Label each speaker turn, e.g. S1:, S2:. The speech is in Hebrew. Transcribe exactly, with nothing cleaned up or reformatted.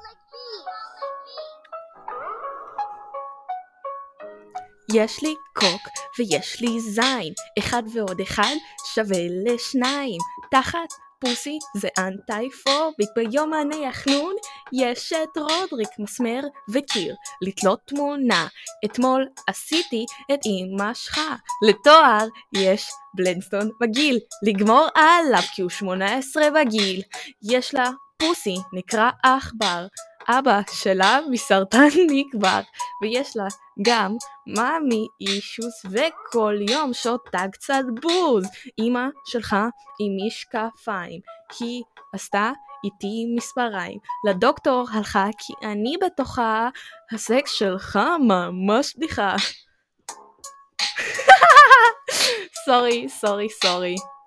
S1: יש לי קוק ויש לי זין, אחד ועוד אחד שווה לשניים. תחת פוסי זה אנטי-פוביק, ביומני החנון יש את רודריק, מסמר וקיר, לתלות תמונה. אתמול עשיתי את אמא שלך, לתואר יש בלנסטון בגיל, לגמור עליו כי הוא שמונה עשרה בגיל. יש לה פוסי נקרא אכבר, אבא שלה מסרטן נקבר, ויש לה גם מאמי אישוס וכל יום שותה קצת בוז. אמא שלך עם משקפיים, היא עשתה איתי מספריים, לדוקטור הלכה כי אני בתוכה, הסקס שלך ממש בדיחה. סורי סורי סורי